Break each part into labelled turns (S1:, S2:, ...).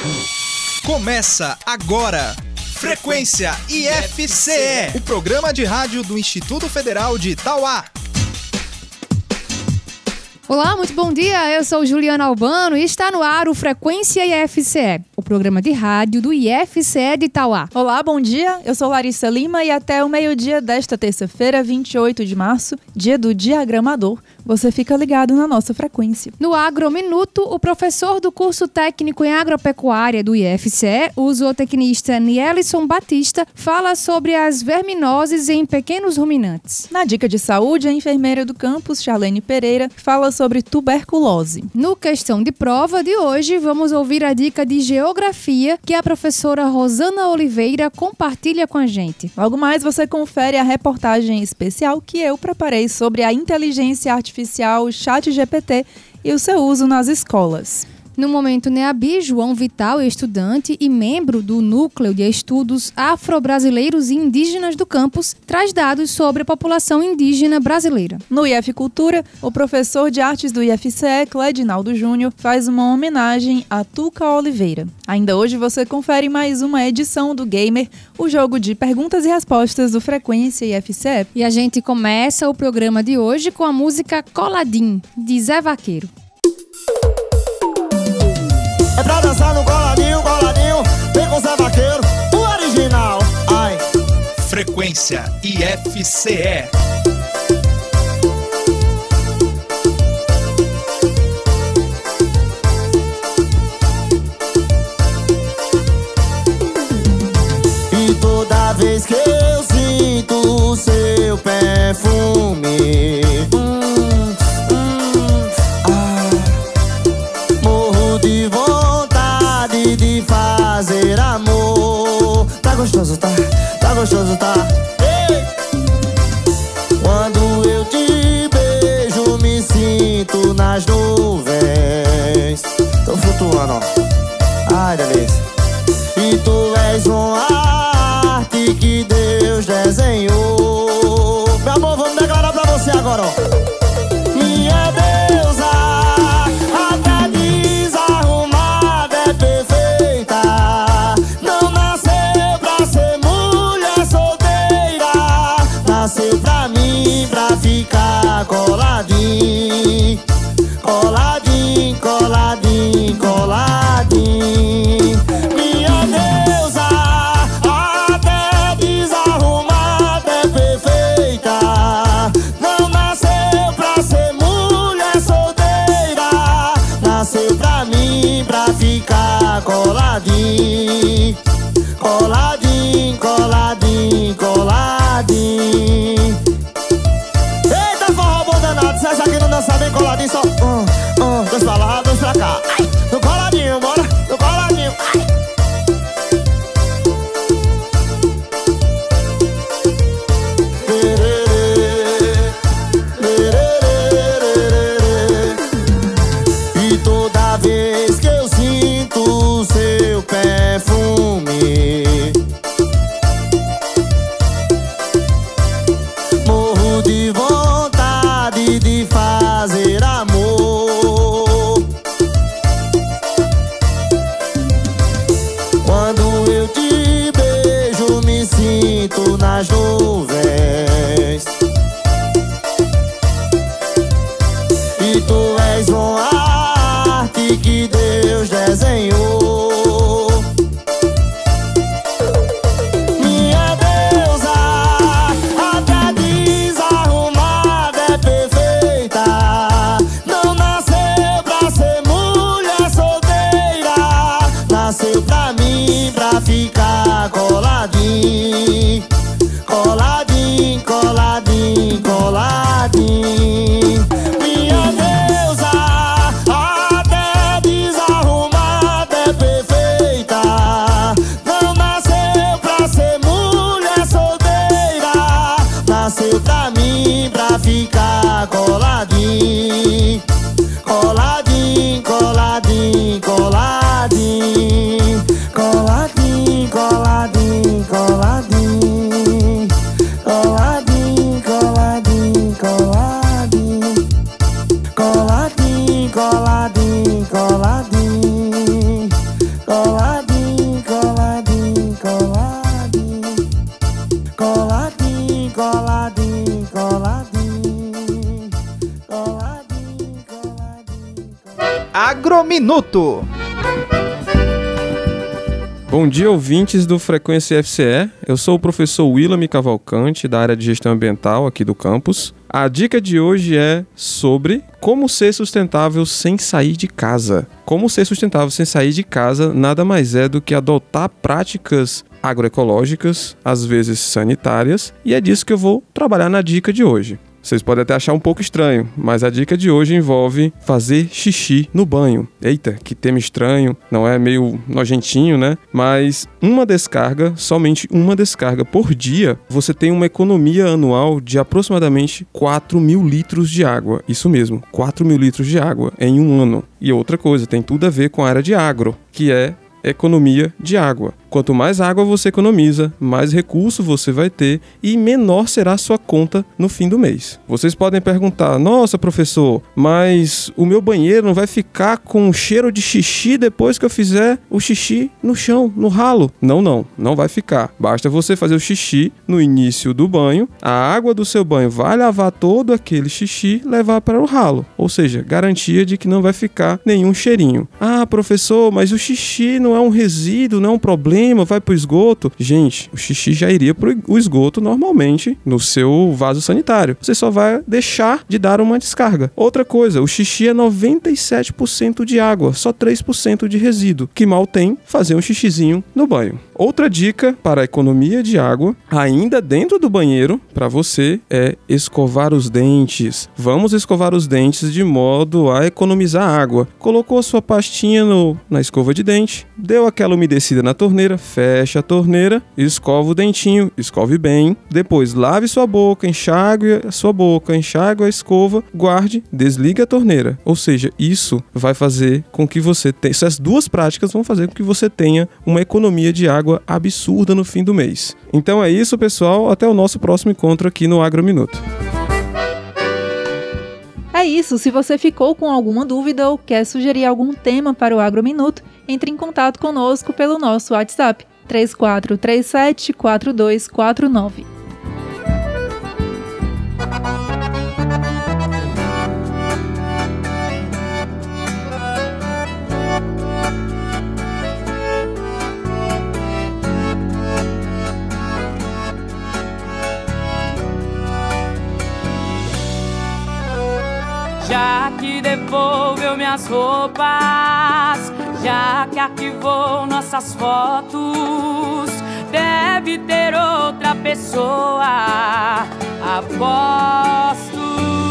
S1: Começa agora, Frequência IFCE, o programa de rádio do Instituto Federal de Itauá.
S2: Olá, muito bom dia, eu sou Juliana Albano e está no ar o Frequência IFCE, o programa de rádio do IFCE de Itauá.
S3: Olá, bom dia, eu sou Larissa Lima e até o meio-dia desta terça-feira, 28 de março, dia do diagramador, você fica ligado na nossa frequência.
S2: No Agrominuto, o professor do curso técnico em agropecuária do IFCE, o zootecnista Nielson Batista, fala sobre as verminoses em pequenos ruminantes.
S3: Na dica de saúde, a enfermeira do campus, Charlene Pereira, fala sobre tuberculose.
S2: No Questão de Prova de hoje, vamos ouvir a dica de geografia que a professora Rosana Oliveira compartilha com a gente.
S3: Logo mais, você confere a reportagem especial que eu preparei sobre a inteligência artificial ChatGPT e o seu uso nas escolas.
S2: No Momento NEABI, João Vital, estudante e membro do Núcleo de Estudos Afro-Brasileiros e Indígenas do campus, traz dados sobre a população indígena brasileira.
S3: No IF Cultura, o professor de artes do IFCE, Cledinaldo Júnior, faz uma homenagem a Tuca Oliveira. Ainda hoje você confere mais uma edição do Gamer, o jogo de perguntas e respostas do Frequência IFCE.
S2: E a gente começa o programa de hoje com a música Coladim, de Zé Vaqueiro.
S4: É pra dançar no coladinho, coladinho, vem com Zé Vaqueiro, o original. Ai.
S1: Frequência IFCE.
S4: E toda vez que eu sinto o seu perfume, morro de vontade de fazer amor. Tá gostoso, tá? Tá gostoso, tá? Ei! Quando eu te beijo, me sinto nas nuvens. Tô flutuando, ó. Ai, delícia. E tu és uma arte que Deus desenhou. Meu amor, vamos declarar pra você agora, ó. Minha deusa, até desarrumada é perfeita. Não nasceu pra ser mulher solteira, nasceu pra mim, pra ficar coladinho. Coladinho, coladinho, coladinho. Minha deusa, até desarrumada é perfeita. Não nasceu pra ser mulher solteira, nasceu pra mim, pra ficar coladinho. Coladinho, coladinho, coladinho. Eita, forró bom danado, se essa aqui não dança bem coladinho, só dois pra lá, dois pra cá. Ai, no coladinho, bora, no coladinho. Ai. E toda vez que eu sinto o seu perfume,
S1: Agrominuto.
S5: Bom dia, ouvintes do Frequência FCE. Eu sou o professor Willam Cavalcante, da área de Gestão Ambiental aqui do campus. A dica de hoje é sobre como ser sustentável sem sair de casa. Como ser sustentável sem sair de casa nada mais é do que adotar práticas agroecológicas, às vezes sanitárias, e é disso que eu vou trabalhar na dica de hoje. Vocês podem até achar um pouco estranho, mas a dica de hoje envolve fazer xixi no banho. Eita, que tema estranho, não é meio nojentinho, né? Mas somente uma descarga por dia, você tem uma economia anual de aproximadamente 4.000 litros de água. Isso mesmo, 4.000 litros de água em um ano. E outra coisa, tem tudo a ver com a área de agro, que é economia de água. Quanto mais água você economiza, mais recurso você vai ter e menor será a sua conta no fim do mês. Vocês podem perguntar: nossa, professor, mas o meu banheiro não vai ficar com cheiro de xixi depois que eu fizer o xixi no chão, no ralo? Não vai ficar. Basta você fazer o xixi no início do banho, a água do seu banho vai lavar todo aquele xixi e levar para o ralo. Ou seja, garantia de que não vai ficar nenhum cheirinho. Ah, professor, mas o xixi não é um resíduo, não é um problema, vai pro esgoto. Gente, o xixi já iria pro esgoto normalmente no seu vaso sanitário. Você só vai deixar de dar uma descarga. Outra coisa, o xixi é 97% de água, só 3% de resíduo. Que mal tem fazer um xixizinho no banho. Outra dica para a economia de água, ainda dentro do banheiro, para você, é escovar os dentes. Vamos escovar os dentes de modo a economizar água. Colocou a sua pastinha na escova de dente, deu aquela umedecida na torneira, fecha a torneira, escova o dentinho, escove bem. Depois lave sua boca, enxague a sua boca, enxague a escova, guarde, desligue a torneira. Ou seja, isso vai fazer com que você tenha... Essas duas práticas vão fazer com que você tenha uma economia de água absurda no fim do mês. Então é isso, pessoal. Até o nosso próximo encontro aqui no Agrominuto.
S3: É isso. Se você ficou com alguma dúvida ou quer sugerir algum tema para o Agrominuto, entre em contato conosco pelo nosso WhatsApp 3437 4249.
S6: Já que devolveu minhas roupas, já que arquivou nossas fotos, deve ter outra pessoa, aposto.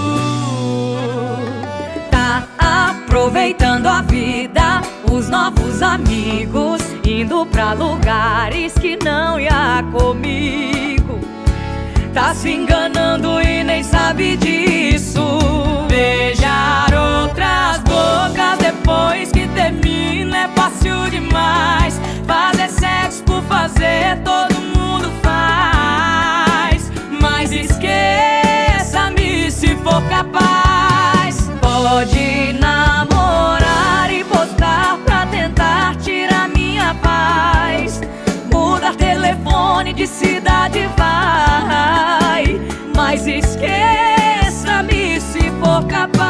S7: Tá aproveitando a vida, os novos amigos, indo pra lugares que não ia comigo. Tá se enganando e nem sabe disso. Beijar outras bocas depois que termina é fácil demais. Fazer sexo por fazer todo mundo faz. Mas esqueça-me se for capaz. Pode namorar e postar pra tentar tirar minha paz. Mudar telefone de cidade vai. Mas esqueça-me se for capaz.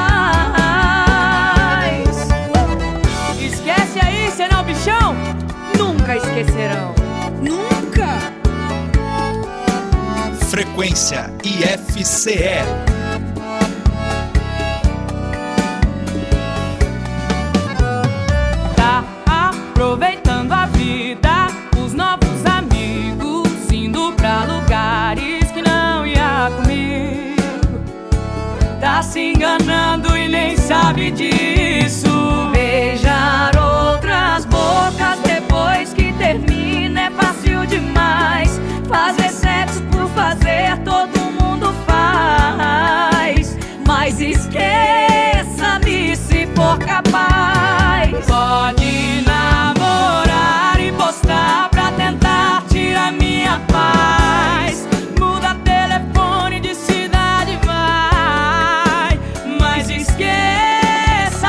S6: Esquece aí, senão bichão nunca esquecerão.
S2: Nunca!
S1: Frequência IFCE.
S6: Tá aproveitando a vida, os novos amigos, indo pra lugares que não ia comigo. Tá se enganando e nem sabe disso.
S7: Beijar outras bocas depois que termina é fácil demais. Fazer sexo por fazer todo mundo faz. Mas esqueça-me se for capaz.
S6: Pode namorar e postar pra tentar tirar minha paz. Muda telefone de cidade vai. Mas esqueça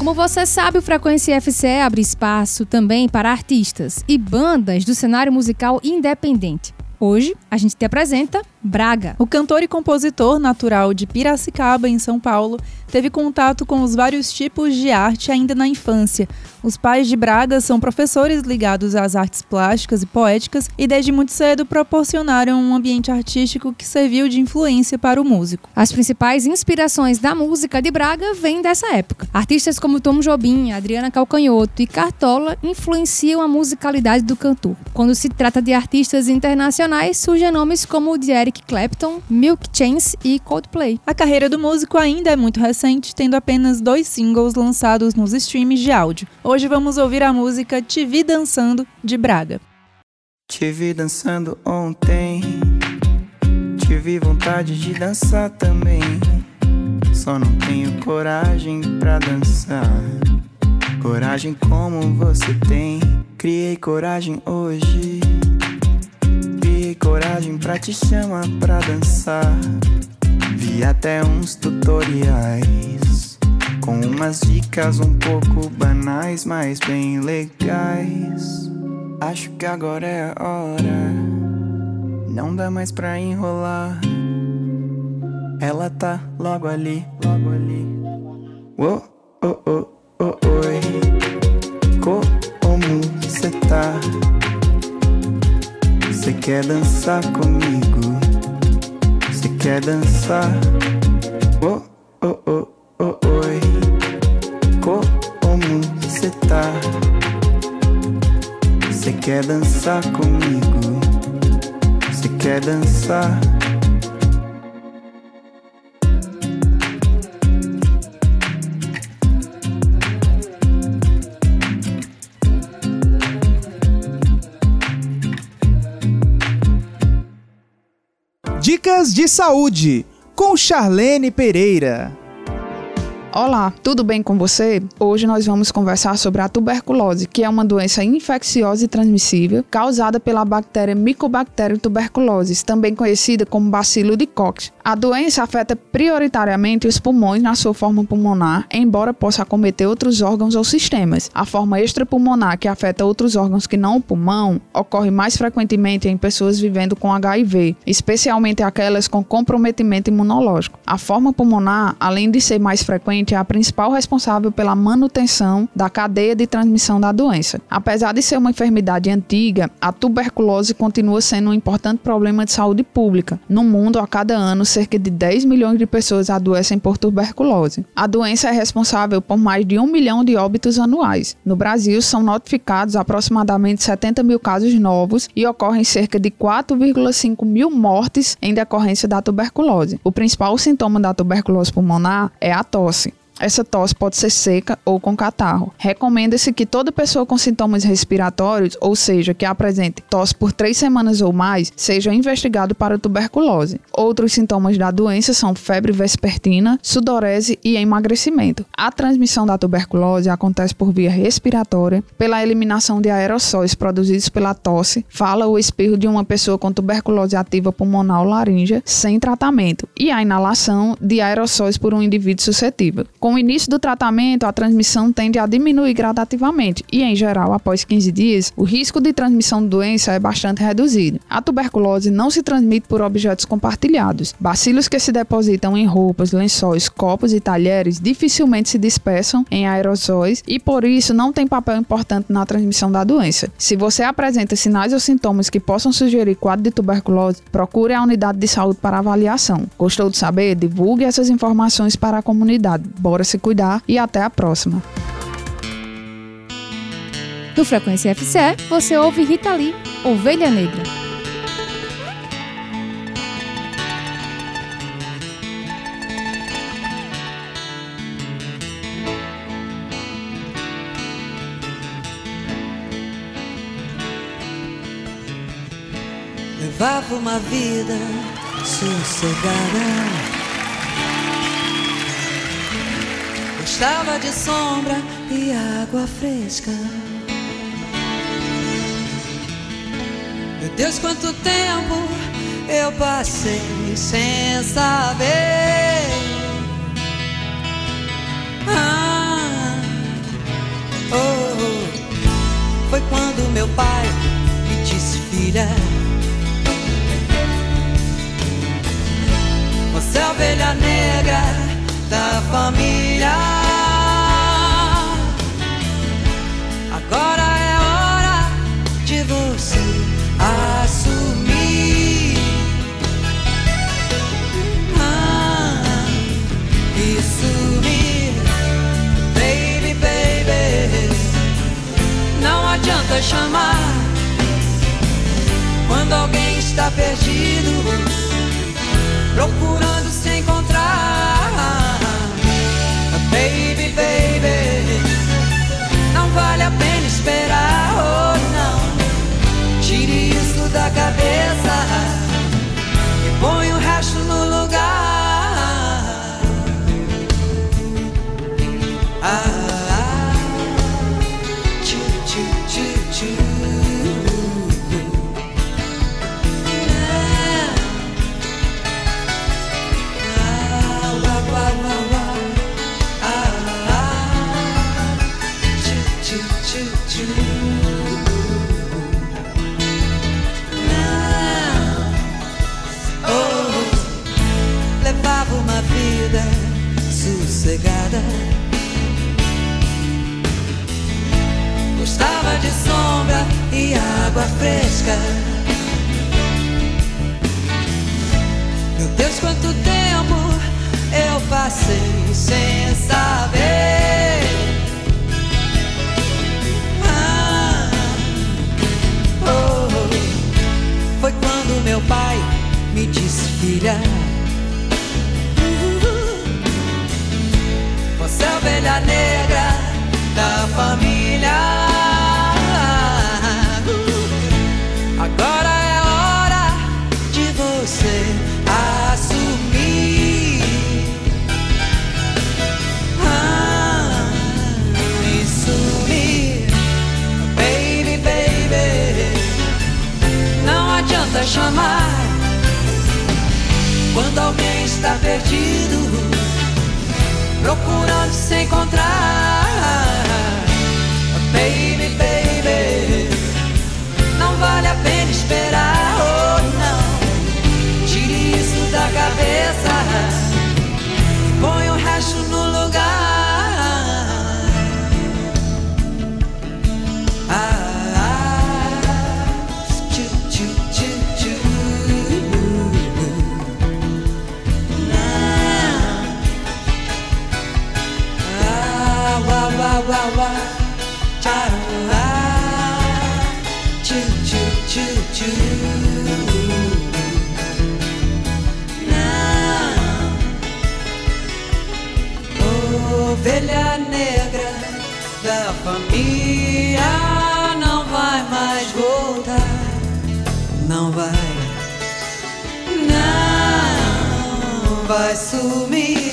S2: Como você sabe, o Frequência FCE abre espaço também para artistas e bandas do cenário musical independente. Hoje, a gente te apresenta Braga.
S3: O cantor e compositor natural de Piracicaba, em São Paulo, teve contato com os vários tipos de arte ainda na infância. Os pais de Braga são professores ligados às artes plásticas e poéticas e desde muito cedo proporcionaram um ambiente artístico que serviu de influência para o músico.
S2: As principais inspirações da música de Braga vêm dessa época. Artistas como Tom Jobim, Adriana Calcanhoto e Cartola influenciam a musicalidade do cantor. Quando se trata de artistas internacionais, surgem nomes como o de Eric Clapton, Milk Chance e Coldplay.
S3: A carreira do músico ainda é muito recente, tendo apenas 2 singles lançados nos streams de áudio. Hoje vamos ouvir a música Te Vi Dançando, de Braga.
S8: Te vi dançando ontem, tive vontade de dançar também. Só não tenho coragem pra dançar, coragem como você tem. Criei coragem hoje, criei coragem pra te chamar pra dançar. Vi até uns tutoriais com umas dicas um pouco banais, mas bem legais. Acho que agora é a hora, não dá mais pra enrolar. Ela tá logo ali, logo ali. Oh, oh, oh, oh, oi. Como cê tá? Cê quer dançar comigo? Cê quer dançar? Oh, oh, oh, oh, oi. Como cê tá? Cê quer dançar comigo? Cê quer dançar?
S1: Dicas de saúde, com Charlene Pereira.
S9: Olá, tudo bem com você? Hoje nós vamos conversar sobre a tuberculose, que é uma doença infecciosa e transmissível causada pela bactéria Mycobacterium tuberculosis, também conhecida como bacilo de Koch. A doença afeta prioritariamente os pulmões na sua forma pulmonar, embora possa acometer outros órgãos ou sistemas. A forma extrapulmonar, que afeta outros órgãos que não o pulmão, ocorre mais frequentemente em pessoas vivendo com HIV, especialmente aquelas com comprometimento imunológico. A forma pulmonar, além de ser mais frequente, é a principal responsável pela manutenção da cadeia de transmissão da doença. Apesar de ser uma enfermidade antiga, a tuberculose continua sendo um importante problema de saúde pública. No mundo, a cada ano, cerca de 10 milhões de pessoas adoecem por tuberculose. A doença é responsável por mais de 1 milhão de óbitos anuais. No Brasil, são notificados aproximadamente 70 mil casos novos e ocorrem cerca de 4,5 mil mortes em decorrência da tuberculose. O principal sintoma da tuberculose pulmonar é a tosse. Essa tosse pode ser seca ou com catarro. Recomenda-se que toda pessoa com sintomas respiratórios, ou seja, que apresente tosse por 3 semanas ou mais, seja investigado para tuberculose. Outros sintomas da doença são febre vespertina, sudorese e emagrecimento. A transmissão da tuberculose acontece por via respiratória, pela eliminação de aerossóis produzidos pela tosse, fala ou espirro de uma pessoa com tuberculose ativa pulmonar ou laríngea, sem tratamento, e a inalação de aerossóis por um indivíduo suscetível. Com o início do tratamento, a transmissão tende a diminuir gradativamente e, em geral, após 15 dias, o risco de transmissão da doença é bastante reduzido. A tuberculose não se transmite por objetos compartilhados. Bacilos que se depositam em roupas, lençóis, copos e talheres dificilmente se dispersam em aerossóis e, por isso, não tem papel importante na transmissão da doença. Se você apresenta sinais ou sintomas que possam sugerir quadro de tuberculose, procure a unidade de saúde para avaliação. Gostou de saber? Divulgue essas informações para a comunidade. Bora se cuidar e até a próxima.
S2: No Frequência FCE, você ouve Rita Lee, Ovelha Negra.
S10: Levava uma vida sossegada, gostava de sombra e água fresca. Meu Deus, quanto tempo eu passei sem saber filha. Você é a ovelha negra da família. Agora é hora de você assumir. E sumir, baby, baby. Não adianta chamar quando alguém está perdido, procurando se encontrar. Baby, baby, não vale a pena esperar, oh não. Tire isso da cabeça e põe o resto no lugar. Tchu, tchu, tchu, tchu. Levava uma vida sossegada, gostava de sombra e água fresca. Meu Deus, quanto tempo eu passei sem saber. Foi quando meu pai me disse: filha, você é a ovelha negra da família. Agora é hora de você assumir. E sumir, baby, baby. Não adianta chamar quando alguém está perdido, procurando se encontrar. Baby, baby, não vale a pena esperar, oh não. Tire isso da cabeça, põe o resto no lugar. Tchu, tchu, tchu, tchu. Wa wa wa, cha-ra, chu chu chu chu. Ovelha negra da família não vai mais voltar, não vai, não vai sumir.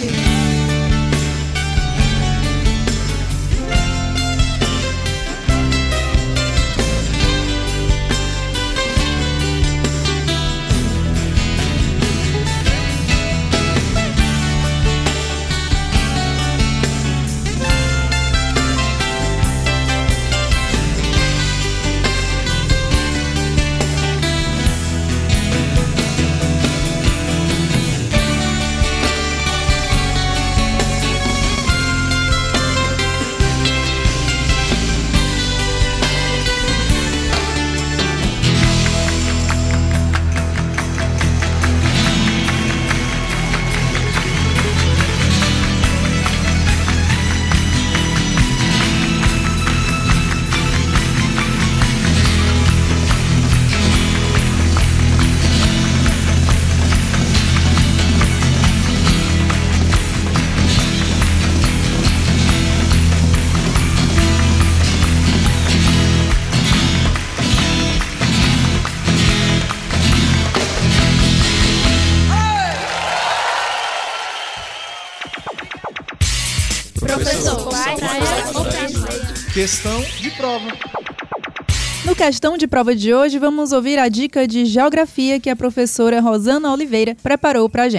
S1: Questão de prova.
S3: No Questão de Prova de hoje, vamos ouvir a dica de geografia que a professora Rosana Oliveira preparou pra gente.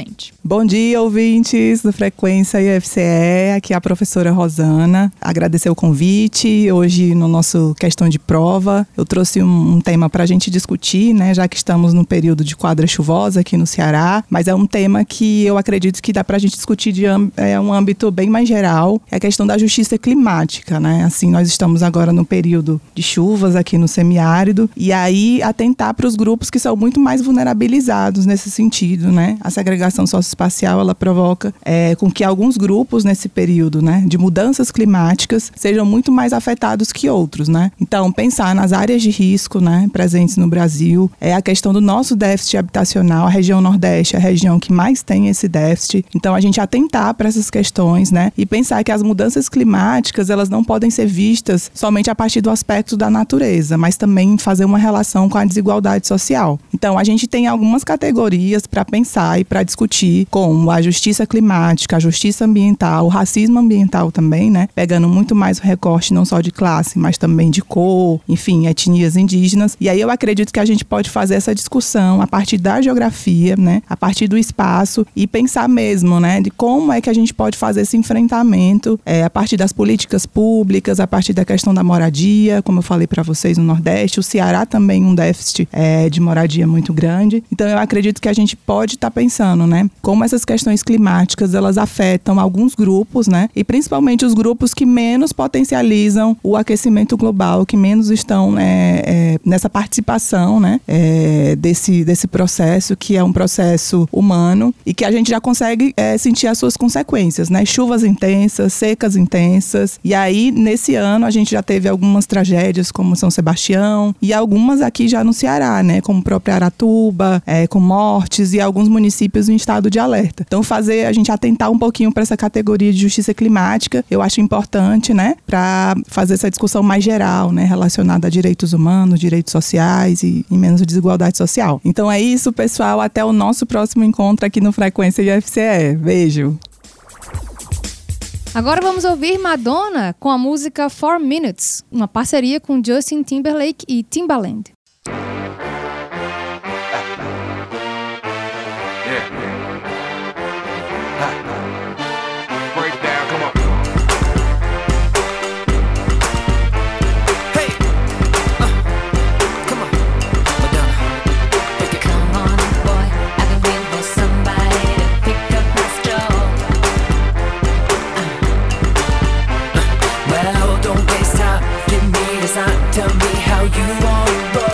S11: Bom dia, ouvintes do Frequência IFCE. Aqui é a professora Rosana. Agradecer o convite. Hoje, no nosso Questão de Prova, eu trouxe um tema para a gente discutir, né? Já que estamos no período de quadra chuvosa aqui no Ceará. Mas é um tema que eu acredito que dá para a gente discutir de um âmbito bem mais geral. É a questão da justiça climática, né? Assim, nós estamos agora no período de chuvas aqui no semiárido. E aí, atentar para os grupos que são muito mais vulnerabilizados nesse sentido, né? A segregação socioespacial, ela provoca com que alguns grupos nesse período, né, de mudanças climáticas sejam muito mais afetados que outros, né? Então, pensar nas áreas de risco, né, presentes no Brasil, a questão do nosso déficit habitacional, a região Nordeste é a região que mais tem esse déficit. Então, a gente atentar para essas questões, né, e pensar que as mudanças climáticas, elas não podem ser vistas somente a partir do aspecto da natureza, mas também fazer uma relação com a desigualdade social. Então, a gente tem algumas categorias para pensar e para discutir, como a justiça climática, a justiça ambiental, o racismo ambiental também, né? Pegando muito mais o recorte não só de classe, mas também de cor, enfim, etnias indígenas. E aí eu acredito que a gente pode fazer essa discussão a partir da geografia, né? A partir do espaço e pensar mesmo, né? De como é que a gente pode fazer esse enfrentamento a partir das políticas públicas, a partir da questão da moradia, como eu falei para vocês no Nordeste. O Ceará também um déficit de moradia muito grande. Então eu acredito que a gente pode estar pensando, né? Como essas questões climáticas, elas afetam alguns grupos, né? E principalmente os grupos que menos potencializam o aquecimento global, que menos estão nessa participação, né? Desse processo, que é um processo humano e que a gente já consegue sentir as suas consequências, né? Chuvas intensas, secas intensas. E aí, nesse ano, a gente já teve algumas tragédias, como São Sebastião, e algumas aqui já no Ceará, né? Como o próprio Aratuba, com mortes, e alguns municípios em estado de alerta. Então, a gente atentar um pouquinho para essa categoria de justiça climática, eu acho importante, né, para fazer essa discussão mais geral, né, relacionada a direitos humanos, direitos sociais e menos desigualdade social. Então é isso, pessoal. Até o nosso próximo encontro aqui no Frequência IFCE. Beijo!
S2: Agora vamos ouvir Madonna com a música 4 Minutes, uma parceria com Justin Timberlake e Timbaland.
S10: Tell me how you want it, bro.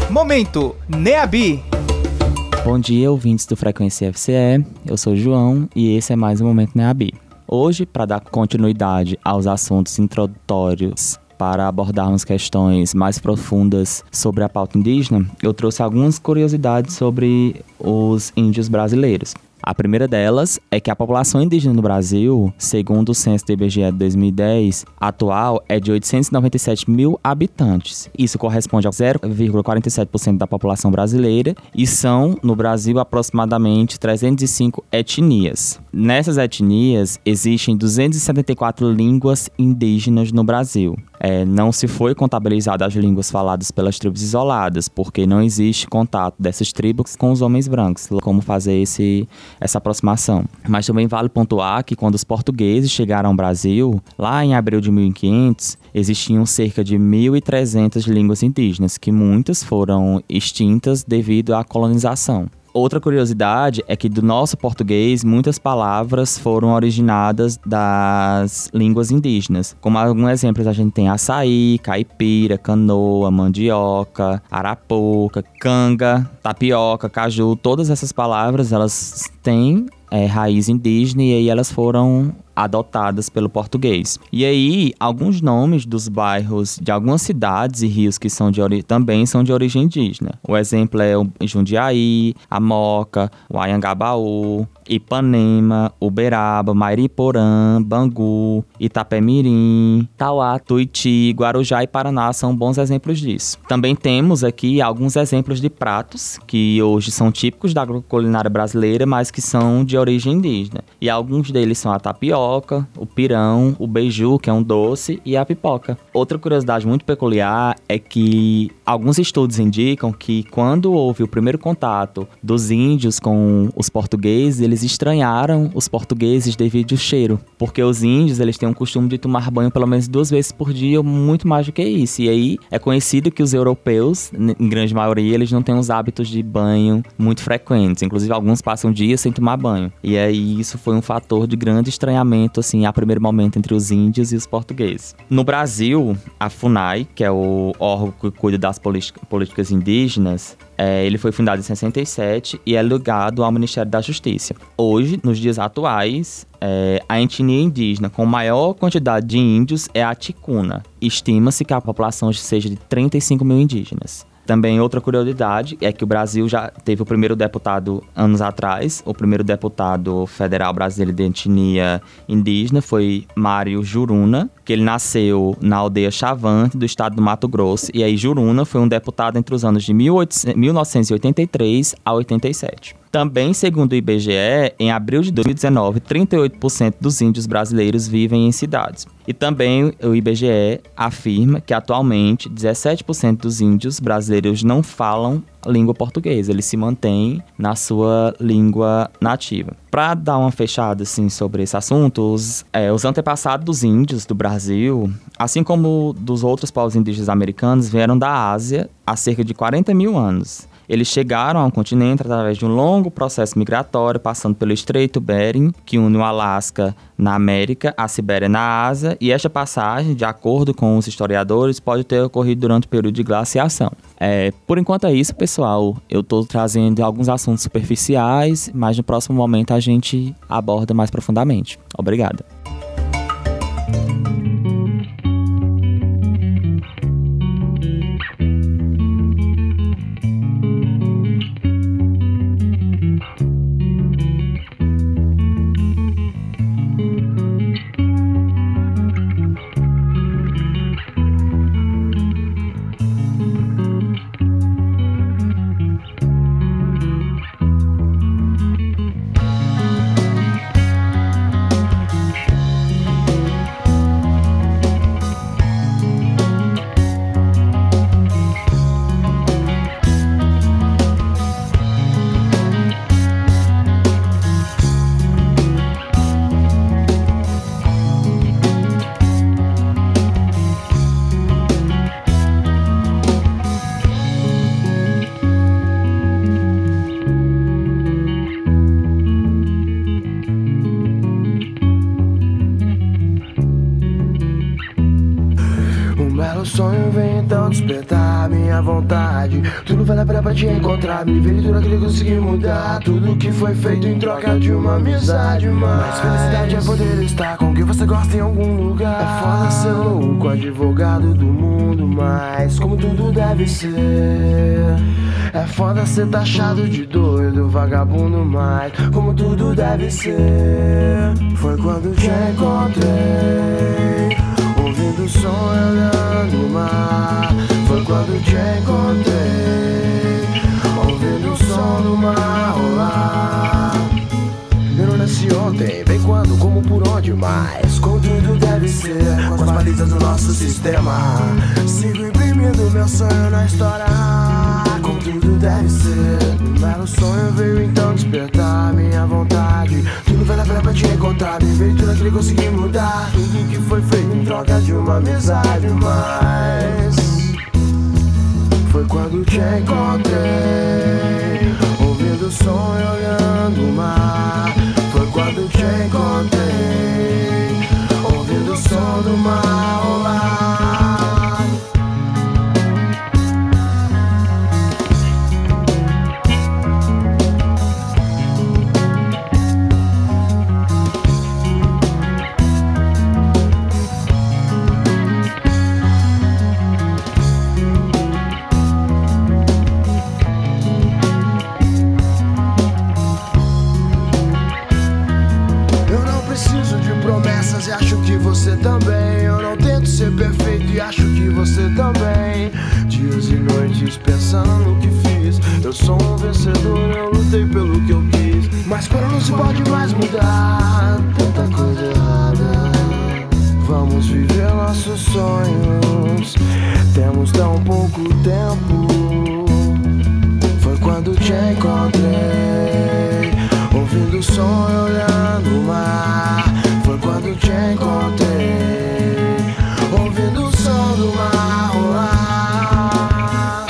S1: Momento NEABI.
S12: Bom dia, ouvintes do Frequência FCE. Eu sou o João e esse é mais um Momento NEABI. Hoje, para dar continuidade aos assuntos introdutórios para abordarmos questões mais profundas sobre a pauta indígena, eu trouxe algumas curiosidades sobre os índios brasileiros. A primeira delas é que a população indígena no Brasil, segundo o censo do IBGE de 2010, atual é de 897 mil habitantes. Isso corresponde a 0,47% da população brasileira e são, no Brasil, aproximadamente 305 etnias. Nessas etnias, existem 274 línguas indígenas no Brasil. Não se foi contabilizado as línguas faladas pelas tribos isoladas, porque não existe contato dessas tribos com os homens brancos, como fazer essa aproximação. Mas também vale pontuar que quando os portugueses chegaram ao Brasil, lá em abril de 1500, existiam cerca de 1.300 línguas indígenas, que muitas foram extintas devido à colonização. Outra curiosidade é que do nosso português, muitas palavras foram originadas das línguas indígenas. Como alguns exemplos, a gente tem açaí, caipira, canoa, mandioca, arapuca, canga, tapioca, caju. Todas essas palavras, elas têm raiz indígena e aí elas foram adotadas pelo português. E aí, alguns nomes dos bairros de algumas cidades e rios que também são de origem indígena. O exemplo é o Jundiaí, a Moca, o Anhangabaú, Ipanema, Uberaba, Mairiporã, Bangu, Itapemirim, Tauá, Tuiuti, Guarujá e Paraná são bons exemplos disso. Também temos aqui alguns exemplos de pratos que hoje são típicos da culinária brasileira, mas que são de origem indígena. E alguns deles são a tapioca, o pirão, o beiju, que é um doce, e a pipoca. Outra curiosidade muito peculiar é que alguns estudos indicam que quando houve o primeiro contato dos índios com os portugueses, eles estranharam os portugueses devido ao cheiro, porque os índios eles têm um costume de tomar banho pelo menos 2 vezes por dia, ou muito mais do que isso. E aí é conhecido que os europeus, em grande maioria, eles não têm os hábitos de banho muito frequentes. Inclusive, alguns passam dias sem tomar banho. E aí isso foi um fator de grande estranhamento, assim, a primeiro momento entre os índios e os portugueses. No Brasil, a FUNAI, que é o órgão que cuida das políticas indígenas, ele foi fundado em 67 e é ligado ao Ministério da Justiça. Hoje, nos dias atuais, a etnia indígena com maior quantidade de índios é a ticuna. Estima-se que a população seja de 35 mil indígenas. Também outra curiosidade é que o Brasil já teve o primeiro deputado anos atrás. O primeiro deputado federal brasileiro de etnia indígena foi Mário Juruna, que ele nasceu na aldeia Chavante, do estado do Mato Grosso. E aí Juruna foi um deputado entre os anos de 1983 a 87. Também, segundo o IBGE, em abril de 2019, 38% dos índios brasileiros vivem em cidades. E também o IBGE afirma que atualmente 17% dos índios brasileiros não falam a língua portuguesa, eles se mantêm na sua língua nativa. Para dar uma fechada assim, sobre esse assunto, os antepassados dos índios do Brasil, assim como dos outros povos indígenas americanos, vieram da Ásia há cerca de 40 mil anos. Eles chegaram ao continente através de um longo processo migratório, passando pelo Estreito Bering, que une o Alasca na América, a Sibéria na Ásia, e esta passagem, de acordo com os historiadores, pode ter ocorrido durante o período de glaciação. Por enquanto é isso, pessoal. Eu estou trazendo alguns assuntos superficiais, mas no próximo momento a gente aborda mais profundamente. Obrigado.
S13: O sonho vem então despertar. despertar minha vontade. Tudo vale a pena pra te encontrar, me ver e tudo aquilo que consegui mudar. Tudo que foi feito em troca de uma amizade. Mas felicidade é poder estar com quem você gosta em algum lugar. É foda ser louco, advogado do mundo, mas como tudo deve ser. É foda ser taxado de doido, vagabundo, mas como tudo deve ser. Foi quando te encontrei, ouvindo o som, olhando o mar. Foi quando te encontrei, ouvindo o som do mar rolar. Eu não nasci ontem, bem quando, como, por onde, mas como tudo deve ser, com as balizas do nosso sistema. Sigo imprimindo meu sonho na história, como tudo deve ser. Um belo sonho veio então despertar minha vontade. Tudo vale a pena pra te encontrar, me ver tudo aquilo que consegui mudar. Tudo que foi feito em troca de uma amizade, mas foi quando te encontrei, ouvindo o som e olhando o mar. Foi quando te encontrei, ouvindo o som do mar rolar. E acho que você também. Eu não tento ser perfeito e acho que você também. Dias e noites pensando no que fiz. Eu sou um vencedor, eu lutei pelo que eu quis. Mas quando não se pode mais mudar, tanta coisa errada. Vamos viver nossos sonhos, temos tão pouco tempo. Foi quando te encontrei, ouvindo o som e olhando o mar. Foi quando te encontrei, ouvindo o som do mar rolar.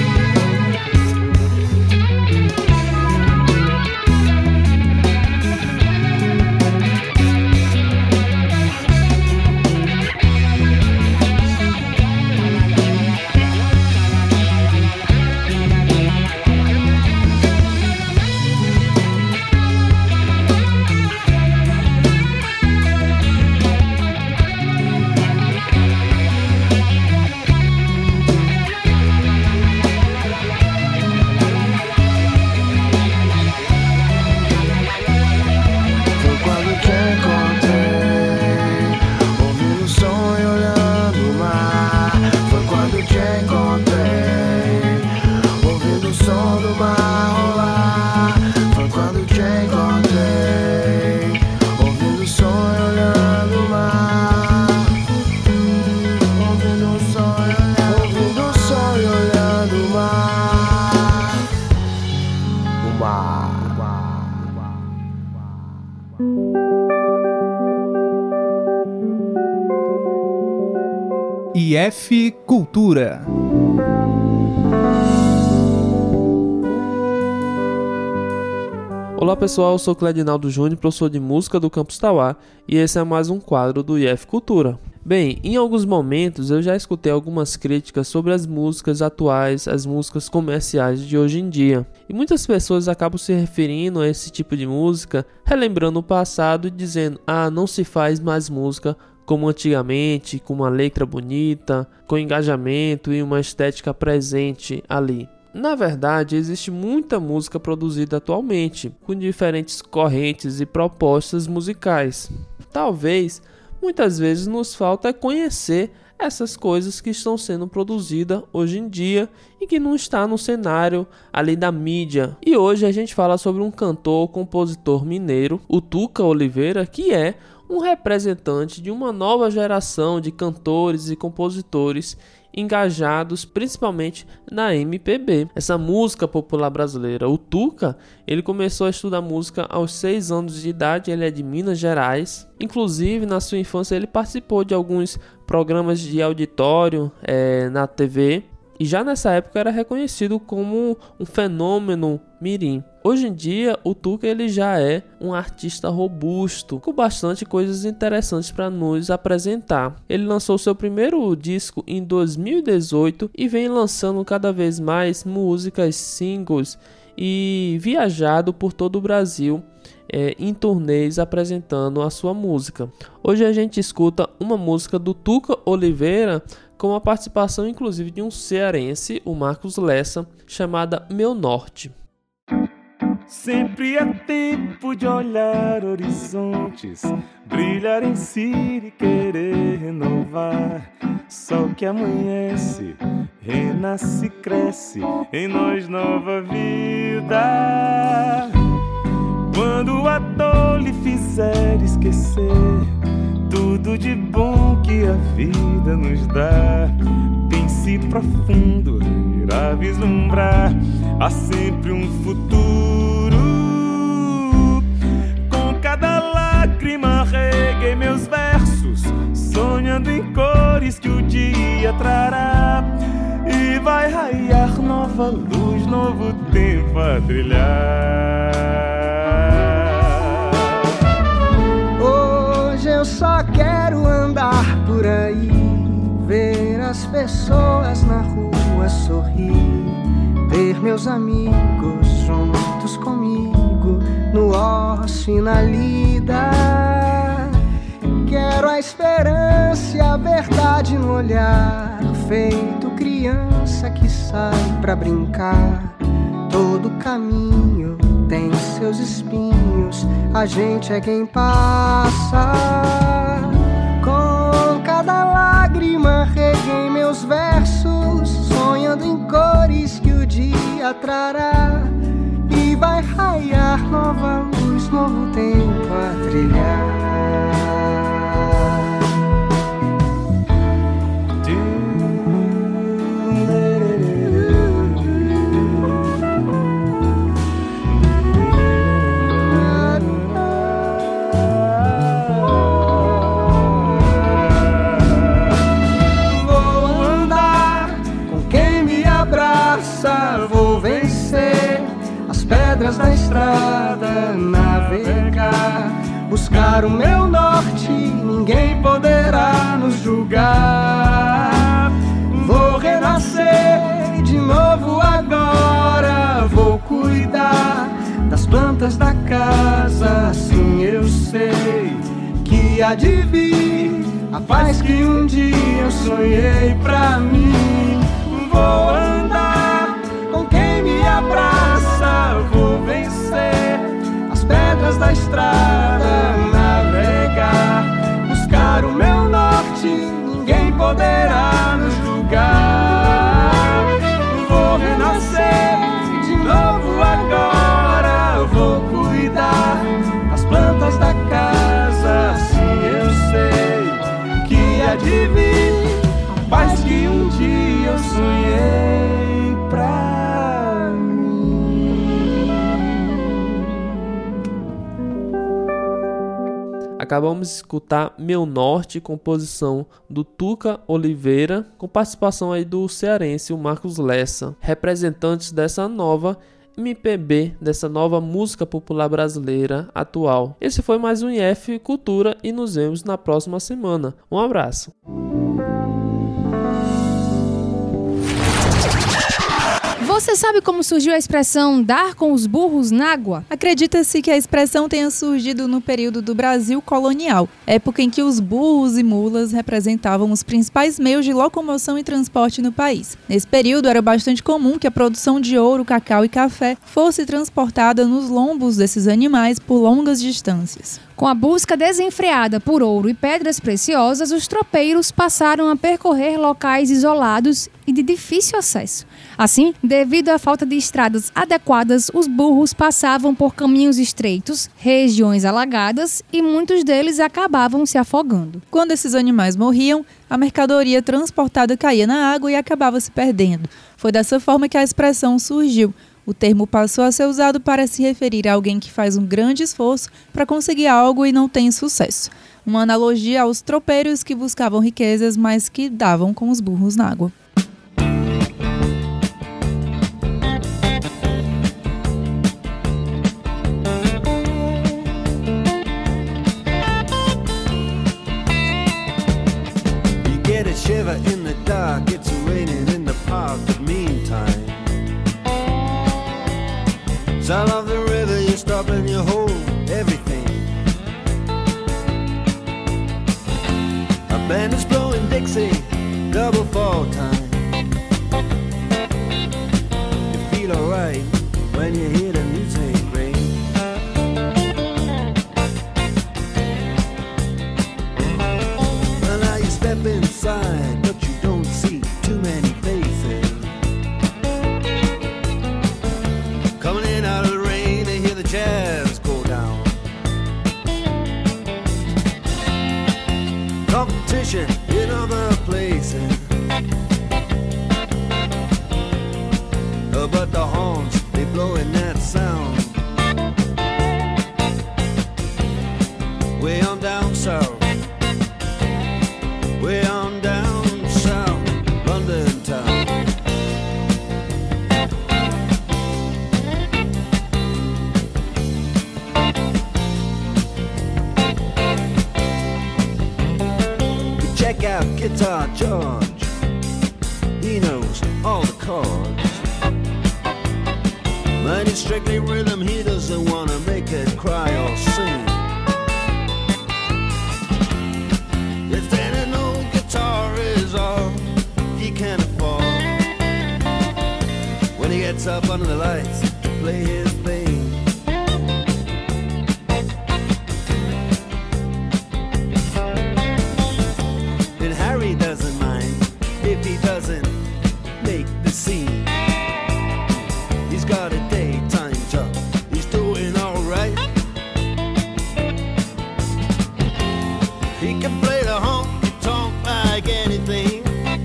S1: IF Cultura.
S14: Olá pessoal, eu sou Cledinaldo Júnior, professor de música do Campus Tauá, e esse é mais um quadro do IF Cultura. Bem, em alguns momentos eu já escutei algumas críticas sobre as músicas atuais, as músicas comerciais de hoje em dia. E muitas pessoas acabam se referindo a esse tipo de música, relembrando o passado e dizendo: não se faz mais música como antigamente, com uma letra bonita, com engajamento e uma estética presente ali. Na verdade, existe muita música produzida atualmente, com diferentes correntes e propostas musicais. Talvez, muitas vezes nos falta conhecer essas coisas que estão sendo produzidas hoje em dia e que não está no cenário ali da mídia. E hoje a gente fala sobre um cantor, compositor mineiro, o Tuca Oliveira, que é um representante de uma nova geração de cantores e compositores engajados principalmente na MPB, essa música popular brasileira. O Tuca, ele começou a estudar música aos 6 anos de idade, ele é de Minas Gerais. Inclusive, na sua infância, ele participou de alguns programas de auditório na TV. e já nessa época era reconhecido como um fenômeno mirim. Hoje em dia, o Tuca ele já é um artista robusto, com bastante coisas interessantes para nos apresentar. Ele lançou seu primeiro disco em 2018 e vem lançando cada vez mais músicas, singles e viajado por todo o Brasil em turnês apresentando a sua música. Hoje a gente escuta uma música do Tuca Oliveira com a participação inclusive de um cearense, o Marcos Lessa, chamada Meu Norte.
S15: Sempre é tempo de olhar horizontes, brilhar em si e querer renovar. Sol que amanhece, renasce e cresce em nós nova vida. Quando a dor lhe fizer esquecer tudo de bom que a vida nos dá, pense profundo, irá vislumbrar, há sempre um futuro. Com cada lágrima reguei meus versos, sonhando em cores que o dia trará, e vai raiar nova luz, novo tempo a trilhar.
S16: Hoje eu só quero andar por aí, ver as pessoas na rua sorrir, ver meus amigos juntos comigo no ócio e na lida. Quero a esperança e a verdade no olhar, feito criança que sai pra brincar. Todo caminho tem seus espinhos, a gente é quem passa. Com cada lágrima reguei meus versos, sonhando em cores que o dia trará, e vai raiar nova luz, novo tempo a trilhar. Vou vencer as pedras da estrada, navegar, buscar o meu norte, ninguém poderá nos julgar. Vou renascer de novo agora, vou cuidar das plantas da casa, assim eu sei que há de vir a paz que um dia eu sonhei pra mim. Vou andar com quem me abraça, vou vencer as pedras da estrada, navegar, buscar o meu norte, ninguém poderá nos julgar. Vou renascer de novo agora, vou cuidar das plantas da casa, assim eu sei que há de vir a paz que um dia eu sonhei pra mim.
S14: Acabamos de escutar Meu Norte, composição do Tuca Oliveira, com participação aí do cearense, o Marcos Lessa, representantes dessa nova MPB, dessa nova música popular brasileira atual. Esse foi mais um IF Cultura e nos vemos na próxima semana. Um abraço.
S2: Você sabe como surgiu a expressão dar com os burros na água?
S3: Acredita-se que a expressão tenha surgido no período do Brasil colonial, época em que os burros e mulas representavam os principais meios de locomoção e transporte no país. Nesse período era bastante comum que a produção de ouro, cacau e café fosse transportada nos lombos desses animais por longas distâncias.
S2: Com a busca desenfreada por ouro e pedras preciosas, os tropeiros passaram a percorrer locais isolados e de difícil acesso. Assim, devido à falta de estradas adequadas, os burros passavam por caminhos estreitos, regiões alagadas e muitos deles acabavam se afogando.
S3: Quando esses animais morriam, a mercadoria transportada caía na água e acabava se perdendo. Foi dessa forma que a expressão surgiu. O termo passou a ser usado para se referir a alguém que faz um grande esforço para conseguir algo e não tem sucesso. Uma analogia aos tropeiros que buscavam riquezas, mas que davam com os burros na água.
S17: Sound of the river, you stop and you hold everything. A band is blowing Dixie, double fall time. You feel alright when you hear the music ring. Well, now you step inside, but you don't see too many faces. Coming in out of the rain, they hear the jazz go down. Competition in other places, but the horns, they blowing that sound. Way on down south, way on down south, London town. Check out Guitar George, he knows all the chords. But it's strictly rhythm, he doesn't wanna make it cry or sing. If then an old guitar is all he can afford, when he gets up under the lights to play his thing. And Harry doesn't mind if he doesn't make the scene. He's got a daytime job, he's doing alright. He can play the honky-tonk like anything,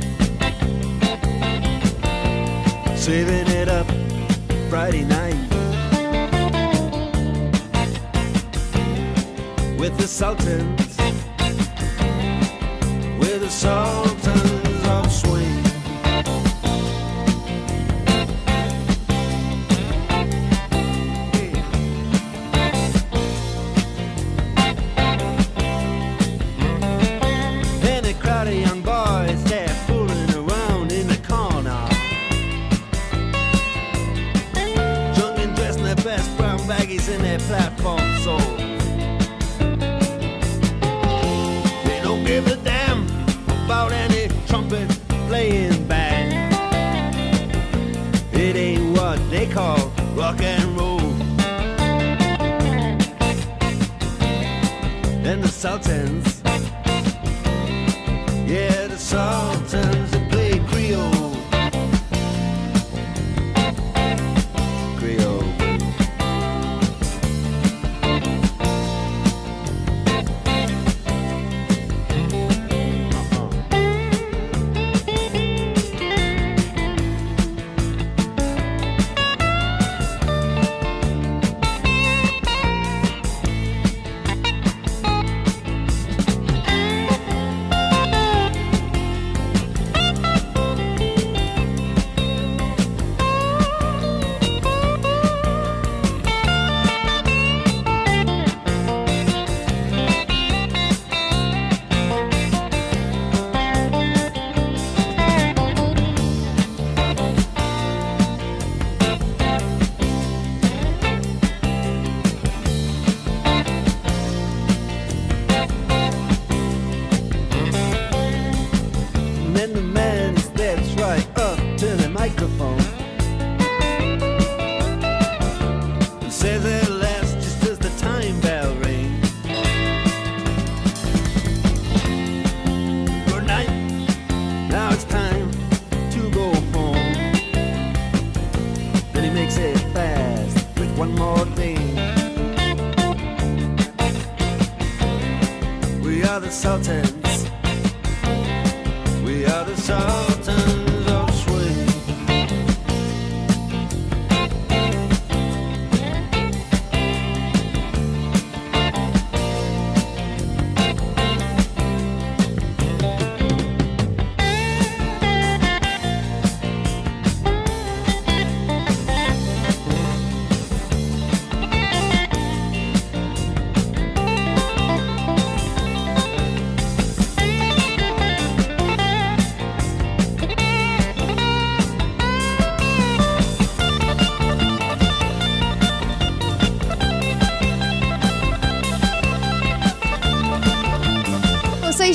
S17: saving it up Friday night with the Sultans, with the Sultans of Swing. And a crowd of young boys, they're fooling around in the corner, drunk and dressed in their best brown baggies in their platform soles. They don't give a damn about any trumpet playing band. It ain't what they call rock and roll. And the Sultans, yeah, the Sultans, they play Creole. Creole. And then the man steps right up to the microphone and says at last, just as the time bell rings, good night, now it's time to go home. Then he makes it fast with one more thing. We are the Sultans, we are the Sultans of Swing.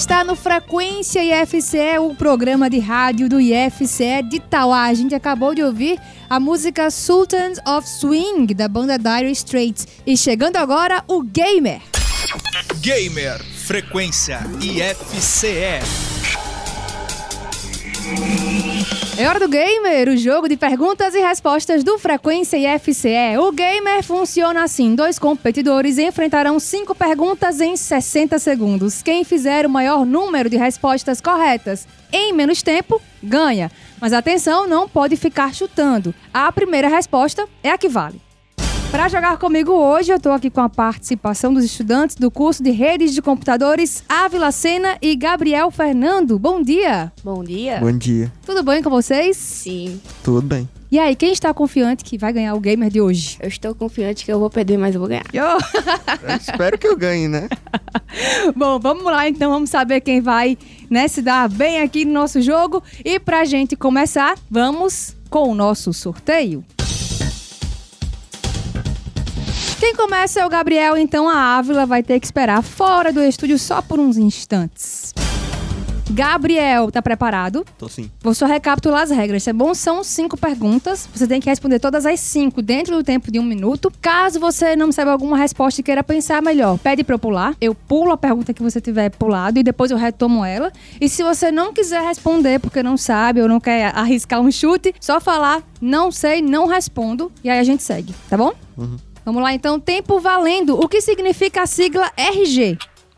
S2: está no Frequência IFCE, o programa de rádio do IFCE de Itauá. A gente acabou de ouvir a música Sultans of Swing, da banda Dire Straits. E chegando agora, o Gamer.
S1: Gamer, Frequência IFCE.
S2: É hora do Gamer, o jogo de perguntas e respostas do Frequência IFCE. O Gamer funciona assim: 2 competidores enfrentarão 5 perguntas em 60 segundos. Quem fizer o maior número de respostas corretas em menos tempo, ganha. Mas atenção, não pode ficar chutando. A primeira resposta é a que vale. Para jogar comigo hoje, eu estou aqui com a participação dos estudantes do curso de Redes de Computadores, Ávila Sena e Gabriel Fernando. Bom dia!
S18: Bom dia!
S19: Bom dia!
S2: Tudo bem com vocês?
S18: Sim.
S19: Tudo bem.
S2: E aí, quem está confiante que vai ganhar o Gamer de hoje?
S18: Eu estou confiante que eu vou perder, mas eu vou ganhar.
S19: Eu espero que eu ganhe, né?
S2: Bom, vamos lá então, vamos saber quem vai, né, se dar bem aqui no nosso jogo. E pra gente começar, vamos com o nosso sorteio. Quem começa é o Gabriel, então a Ávila vai ter que esperar fora do estúdio só por uns instantes. Gabriel, tá preparado?
S19: Tô sim.
S2: Vou só recapitular as regras, tá bom? São 5 perguntas, você tem que responder todas as 5 dentro do tempo de 1 minuto. Caso você não saiba alguma resposta e queira pensar melhor, pede pra eu pular. Eu pulo a pergunta que você tiver pulado e depois eu retomo ela. E se você não quiser responder porque não sabe ou não quer arriscar um chute, só falar, não sei, não respondo, e aí a gente segue, tá bom?
S19: Uhum.
S2: Vamos lá, então. Tempo valendo. O que significa a sigla RG?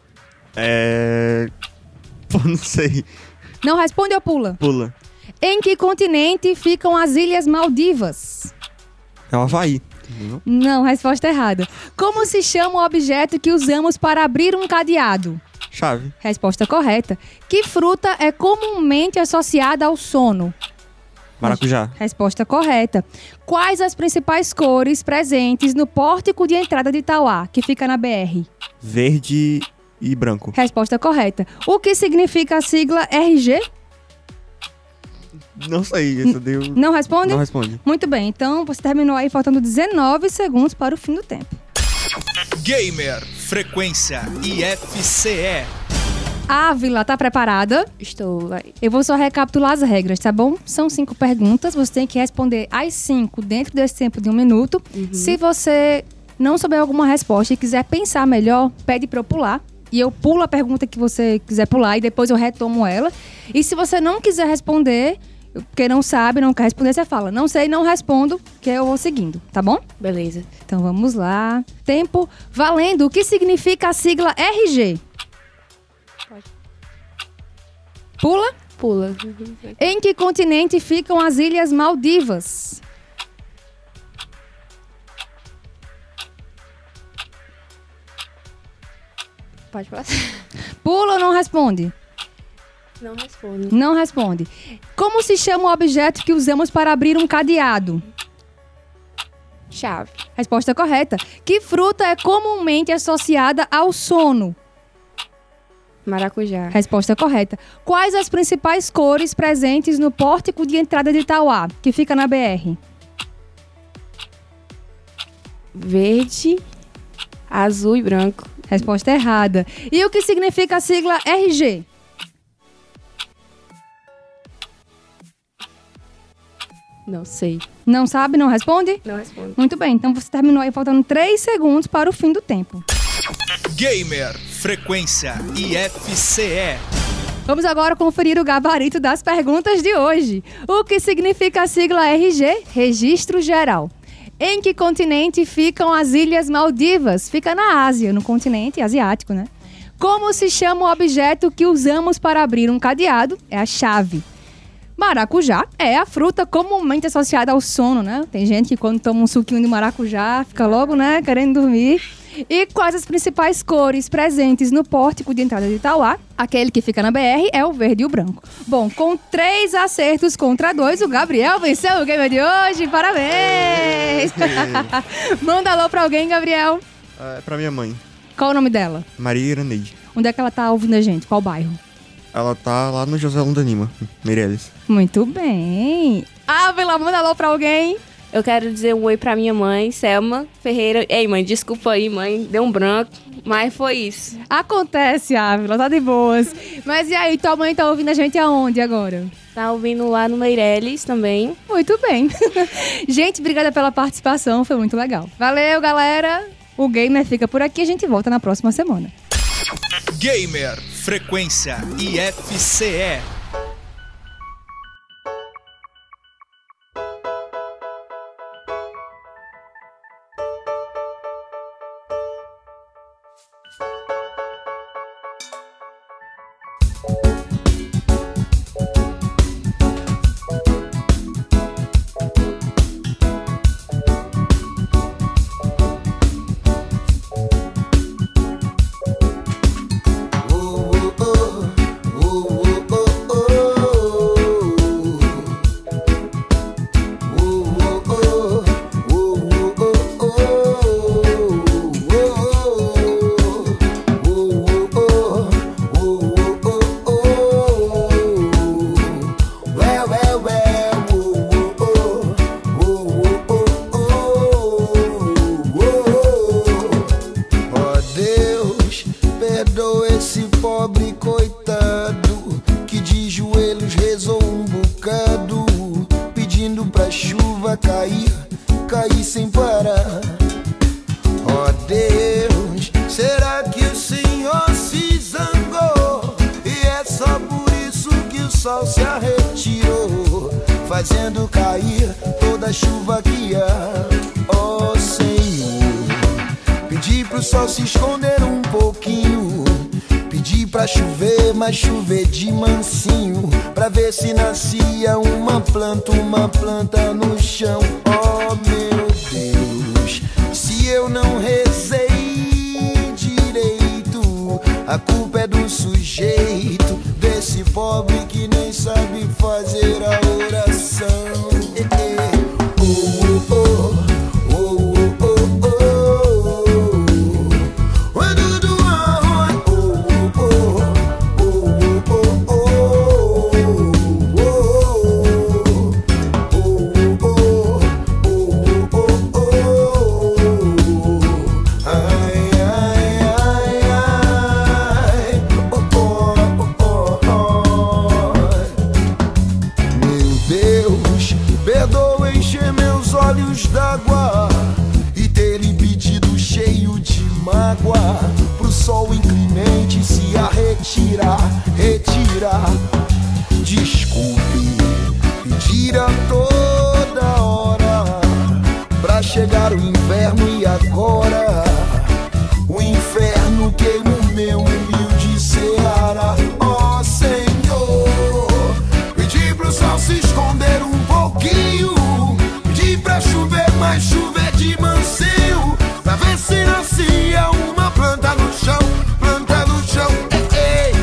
S19: Pô, não sei.
S2: Não responde ou pula?
S19: Pula.
S2: Em que continente ficam as Ilhas Maldivas?
S19: É o Havaí. Entendeu?
S2: Não, resposta errada. Como se chama o objeto que usamos para abrir um cadeado?
S19: Chave.
S2: Resposta correta. Que fruta é comumente associada ao sono?
S19: Maracujá.
S2: Resposta correta. Quais as principais cores presentes no pórtico de entrada de Itauá, que fica na BR?
S19: Verde e branco.
S2: Resposta correta. O que significa a sigla RG?
S19: Não sei, isso deu...
S2: Não responde?
S19: Não responde.
S2: Muito bem, então você terminou aí faltando 19 segundos para o fim do tempo.
S1: Gamer, Frequência IFCE.
S2: Ávila, tá preparada?
S18: Estou, vai.
S2: Eu vou só recapitular as regras, tá bom? São 5 perguntas, você tem que responder as 5 dentro desse tempo de 1 minuto. Se você não souber alguma resposta e quiser pensar melhor, pede pra eu pular. E eu pulo a pergunta que você quiser pular e depois eu retomo ela. E se você não quiser responder, porque não sabe, não quer responder, você fala, não sei, não respondo, que eu vou seguindo, tá bom?
S18: Beleza.
S2: Então vamos lá. Tempo valendo. O que significa a sigla RG? Pula?
S18: Pula.
S2: Em que continente ficam as Ilhas Maldivas?
S18: Pode falar.
S2: Pula ou não responde?
S18: Não responde.
S2: Não responde. Como se chama o objeto que usamos para abrir um cadeado?
S18: Chave.
S2: Resposta correta. Que fruta é comumente associada ao sono?
S18: Maracujá.
S2: Resposta correta. Quais as principais cores presentes no pórtico de entrada de Itauá, que fica na BR?
S18: Verde, azul e branco.
S2: Resposta errada. E o que significa a sigla RG?
S18: Não sei.
S2: Não sabe, não responde?
S18: Não responde.
S2: Muito bem, então você terminou aí faltando 3 segundos para o fim do tempo.
S1: Gamer, Frequência IFCE.
S2: Vamos agora conferir o gabarito das perguntas de hoje. O que significa a sigla RG? Registro Geral. Em que continente ficam as Ilhas Maldivas? Fica na Ásia, no continente asiático, né? Como se chama o objeto que usamos para abrir um cadeado? É a chave. Maracujá é a fruta comumente associada ao sono, né? Tem gente que quando toma um suquinho de maracujá fica logo, né, querendo dormir. E quais as principais cores presentes no pórtico de entrada de Itauá? Aquele que fica na BR é o verde e o branco. Bom, com 3 acertos contra 2, o Gabriel venceu o game de hoje. Parabéns! Manda alô pra alguém, Gabriel.
S19: É pra minha mãe.
S2: Qual o nome dela?
S19: Maria Iraneide.
S2: Onde é que ela tá ouvindo a gente? Qual bairro?
S19: Ela tá lá no José Lunda Lima, Meireles.
S2: Muito bem. Ávila, manda alô pra alguém.
S18: Eu quero dizer um oi pra minha mãe, Selma Ferreira. Ei, mãe, desculpa aí, mãe, deu um branco, mas foi isso.
S2: Acontece, Ávila, tá de boas. Mas e aí, tua mãe tá ouvindo a gente aonde agora?
S18: Tá ouvindo lá no Meireles também.
S2: Muito bem. Gente, obrigada pela participação, foi muito legal. Valeu, galera. O Gamer fica por aqui, a gente volta na próxima semana.
S1: Gamer Frequência IFCE.
S13: Cair sem parar. Ó Deus, será que o Senhor se zangou? E é só por isso que o sol se retirou, fazendo cair toda a chuva que há. Ó Senhor, pedi pro sol se esconder um pouquinho, pedi pra chover, mas chover de mansinho, pra ver se nascia uma planta no chão. Oh meu Deus, se eu não rezei direito, a culpa é do sujeito, desse pobre que nem sabe fazer a oração. D'água e ter lhe pedido cheio de mágoa pro sol inclemente se retirar. Desculpe pedir a toda hora pra chegar o inverno e agora o inferno queima o meu humilde Ceará. Ó Senhor, pedi pro sol se esconder um pouquinho, pra chover, mas chover de mansinho, pra ver se nascia uma planta no chão, ei, ei.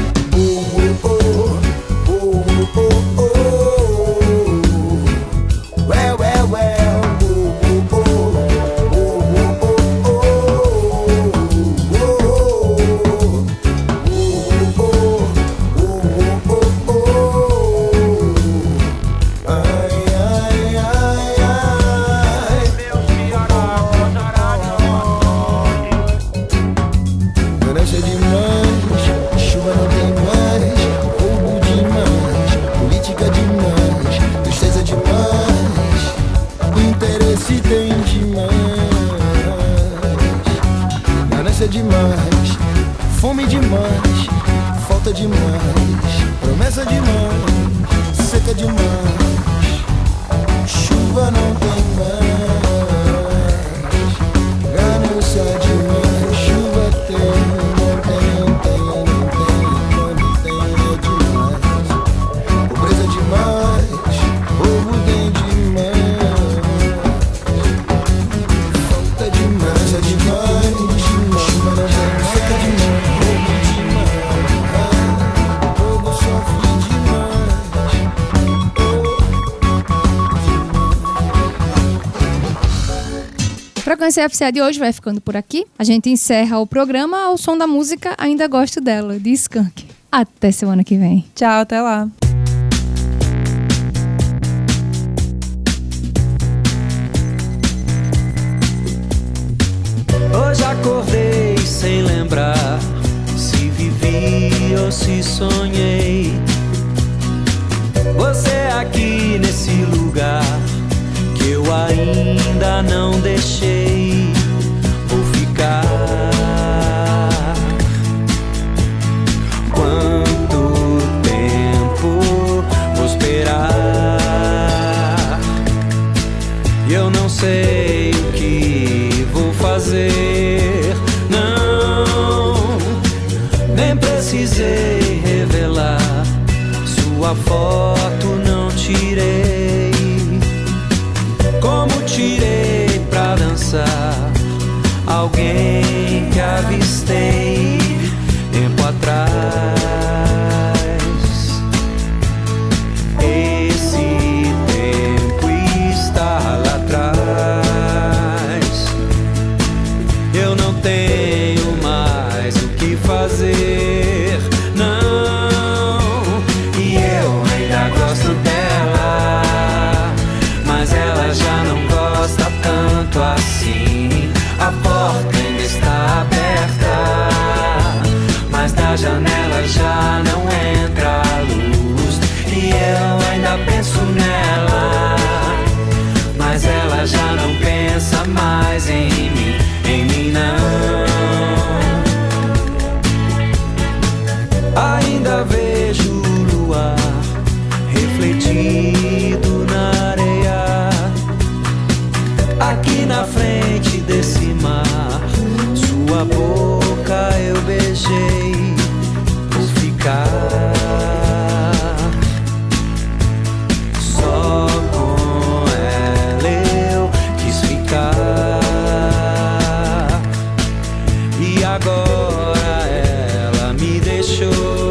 S13: Demais, fome demais, falta demais, promessa demais, seca demais, chuva não tem mais, ganância demais, chuva tem, não tem, é demais, pobreza demais, povo tem demais, falta demais, é demais.
S2: Frequência IFCE de hoje vai ficando por aqui. A gente encerra o programa ao som da música Ainda Gosto Dela, de Skank. Até semana que vem.
S3: Tchau, até lá.
S10: vivi ou se sonhei. Você aqui nesse lugar que eu ainda não deixei. Vou ficar. Quanto tempo vou esperar? Eu não sei o que vou fazer. Não, nem precisei revelar. Sua foto não tirei, como tirei pra dançar alguém que avistei tempo atrás. Esse tempo está lá atrás. Eu não tenho mais o que fazer, não. E eu ainda gosto dela, mas ela já não gosta tanto assim. A porta ainda está aberta, mas da janela já não entra a luz. E eu ainda penso nela, mas ela já não pensa mais em mim não. Ainda vejo o luar refletido na areia, aqui na frente desse mar. Sua boca eu beijei, vou ficar. Só com ela eu quis ficar. E agora ela me deixou.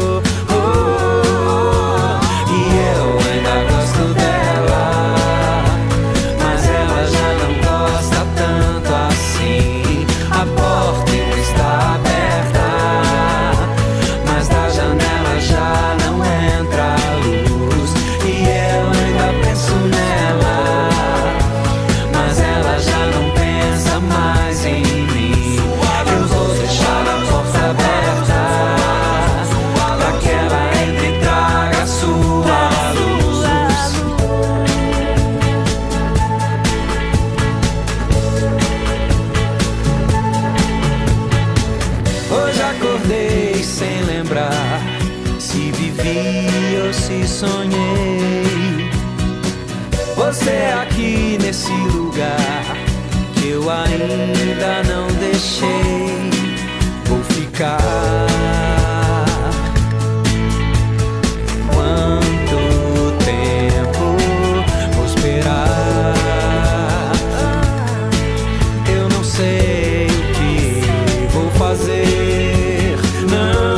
S10: Sonhei você aqui nesse lugar que eu ainda não deixei. Vou ficar. Quanto tempo vou esperar? Eu não sei o que vou fazer, não.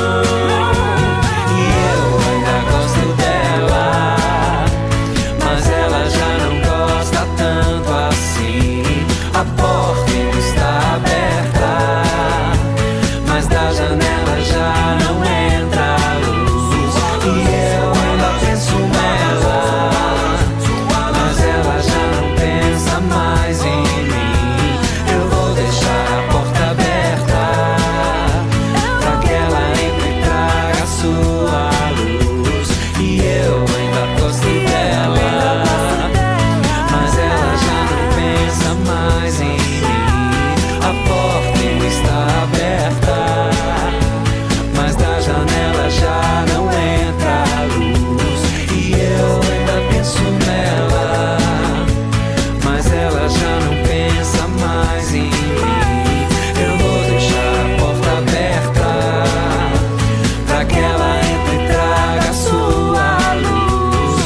S10: A porta ainda está aberta, mas da janela já não entra a luz. E eu ainda penso nela, mas ela já não pensa mais em mim. Eu vou deixar a porta aberta pra que ela entre e traga a sua luz. E eu ainda gosto dela, mas ela já não pensa mais em mim. A porta ainda está aberta, mas da janela já não entra a luz. E eu ainda penso nela, mas ela já não pensa mais em mim. Eu vou deixar a porta aberta pra que ela entre e traga a sua luz.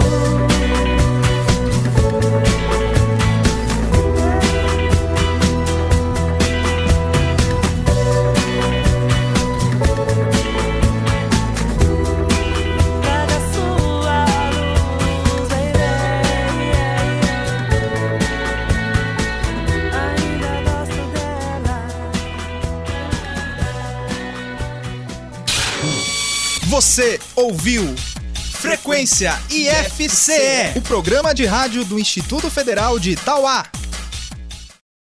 S1: Você ouviu Frequência IFCE, o programa de rádio do Instituto Federal de Tauá.